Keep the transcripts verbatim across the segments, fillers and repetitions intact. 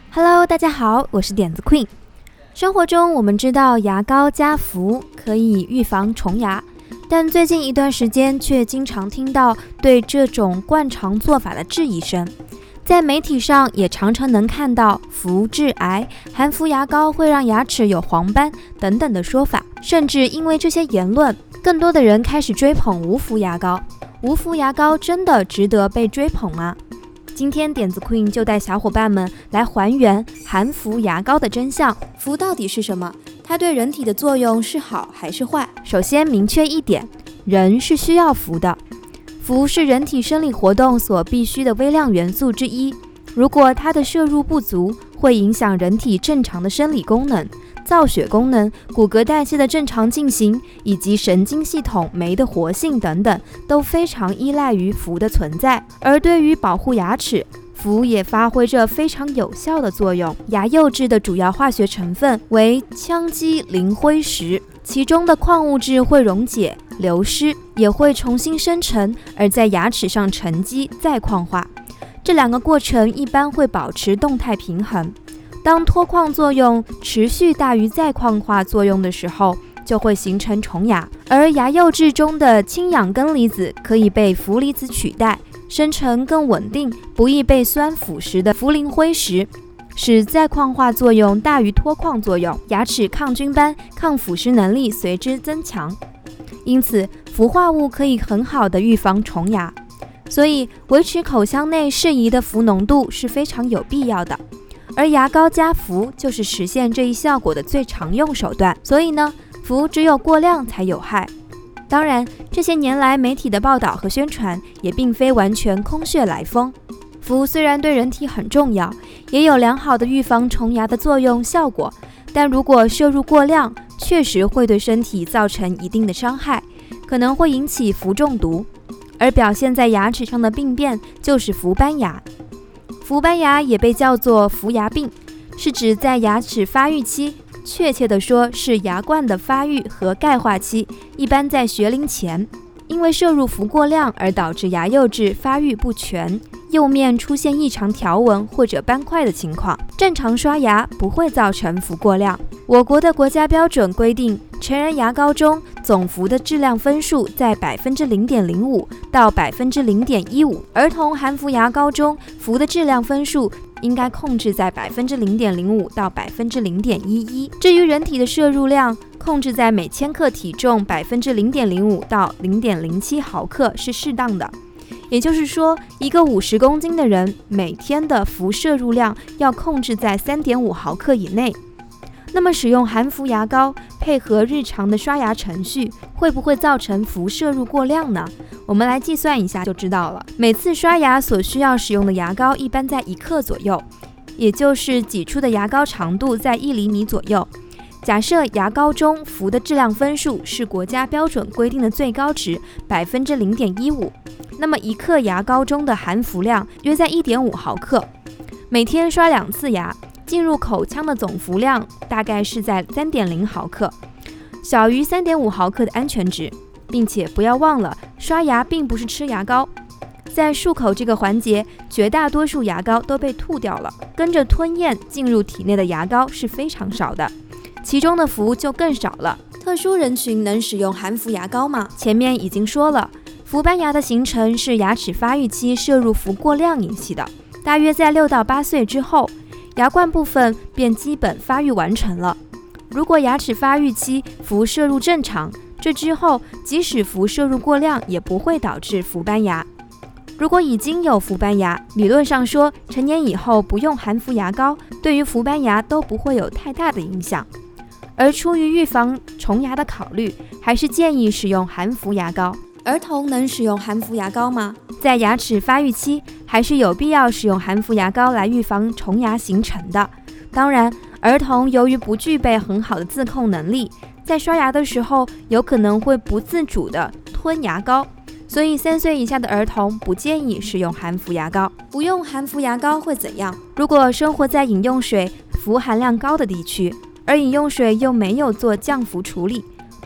Hello， 大家好，我是点子 Queen。生活中我们知道牙膏加氟可以预防虫牙，但最近一段时间却经常听到对这种惯常做法的质疑声。在媒体上也常常能看到氟致癌、含氟牙膏会让牙齿有黄斑等等的说法，甚至因为这些言论，更多的人开始追捧无氟牙膏。无氟牙膏真的值得被追捧吗？今天点子 Queen 就带小伙伴们来还原含氟牙膏的真相。氟到底是什么？它对人体的作用是好还是坏？首先明确一点，人是需要氟的。氟是人体生理活动所必需的微量元素之一，如果它的摄入不足，会影响人体正常的生理功能、造血功能、骨骼代谢的正常进行，以及神经系统酶的活性等等，都非常依赖于氟的存在。而对于保护牙齿，氟也发挥着非常有效的作用。牙釉质的主要化学成分为羟基磷灰石，其中的矿物质会溶解、流失，也会重新生成，而在牙齿上沉积再矿化。这两个过程一般会保持动态平衡。当脱矿作用持续大于再矿化作用的时候，就会形成虫牙。而牙釉质中的氢氧根离子可以被氟离子取代，生成更稳定、不易被酸腐蚀的氟磷灰石，使再矿化作用大于脱矿作用，牙齿抗菌斑、抗腐蚀能力随之增强。因此，氟化物可以很好的预防虫牙，所以维持口腔内适宜的氟浓度是非常有必要的。而牙膏加氟就是实现这一效果的最常用手段，所以呢，氟只有过量才有害。当然，这些年来媒体的报道和宣传也并非完全空穴来风。氟虽然对人体很重要，也有良好的预防虫牙的作用效果，但如果摄入过量，确实会对身体造成一定的伤害，可能会引起氟中毒。而表现在牙齿上的病变就是氟斑牙。氟斑牙也被叫做氟牙病，是指在牙齿发育期，确切地说是牙冠的发育和钙化期，一般在学龄前，因为摄入氟过量而导致牙釉质发育不全，釉面出现异常条纹或者斑块的情况。正常刷牙不会造成氟过量。我国的国家标准规定，成人牙膏中总氟的质量分数在 百分之零点零五 到 百分之零点一五， 儿童含氟牙膏中氟的质量分数应该控制在 百分之零点零五 到 百分之零点一一。至于人体的摄入量，控制在每千克体重 百分之零点零五 到 零点零七毫克是适当的。也就是说，一个五十公斤的人每天的氟摄入量要控制在 三点五毫克以内。那么使用含氟牙膏配合日常的刷牙程序，会不会造成氟摄入过量呢？我们来计算一下就知道了。每次刷牙所需要使用的牙膏一般在一克左右，也就是挤出的牙膏长度在一厘米左右。假设牙膏中氟的质量分数是国家标准规定的最高值 百分之零点一五， 那么一克牙膏中的含氟量约在 一点五毫克。每天刷两次牙，进入口腔的总氟量大概是在 三点零毫克，小于 三点五毫克的安全值。并且不要忘了，刷牙并不是吃牙膏，在漱口这个环节，绝大多数牙膏都被吐掉了，跟着吞咽进入体内的牙膏是非常少的，其中的氟就更少了。特殊人群能使用含氟牙膏吗？前面已经说了，氟斑牙的形成是牙齿发育期摄入氟过量引起的，大约在六到八岁之后，牙冠部分便基本发育完成了。如果牙齿发育期氟摄入正常，这之后即使氟摄入过量也不会导致氟斑牙。如果已经有氟斑牙，理论上说成年以后不用含氟牙膏，对于氟斑牙都不会有太大的影响。而出于预防虫牙的考虑，还是建议使用含氟牙膏。儿童能使用含氟牙膏吗？在牙齿发育期，还是有必要使用含氟牙膏来预防虫牙形成的。当然，儿童由于不具备很好的自控能力，在刷牙的时候有可能会不自主地吞牙膏，所以三岁以下的儿童不建议使用含氟牙膏。不用含氟牙膏会怎样？如果生活在饮用水氟含量高的地区，而饮用水又没有做降氟处理，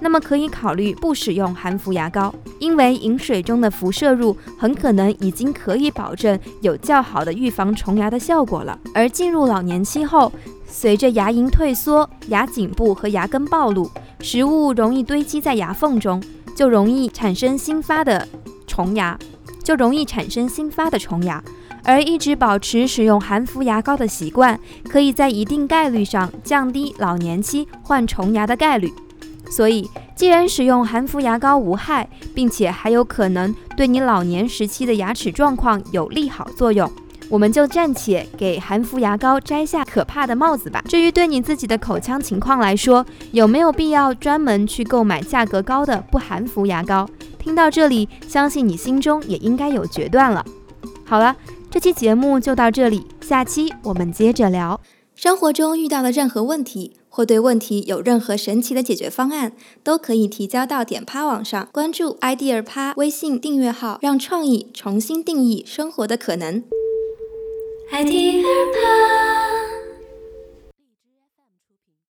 那么可以考虑不使用含氟牙膏，因为饮水中的氟摄入很可能已经可以保证有较好的预防虫牙的效果了。而进入老年期后，随着牙龈退缩、牙颈部和牙根暴露，食物容易堆积在牙缝中，就容易产生新发的虫牙，就容易产生新发的虫牙。而一直保持使用含氟牙膏的习惯，可以在一定概率上降低老年期患虫牙的概率。所以，既然使用含氟牙膏无害，并且还有可能对你老年时期的牙齿状况有利好作用，我们就暂且给含氟牙膏摘下可怕的帽子吧。至于对你自己的口腔情况来说，有没有必要专门去购买价格高的不含氟牙膏？听到这里，相信你心中也应该有决断了。好了，这期节目就到这里，下期我们接着聊。生活中遇到的任何问题，或对问题有任何神奇的解决方案，都可以提交到点趴网上，关注 idea 趴微信订阅号，让创意重新定义生活的可能。idea 趴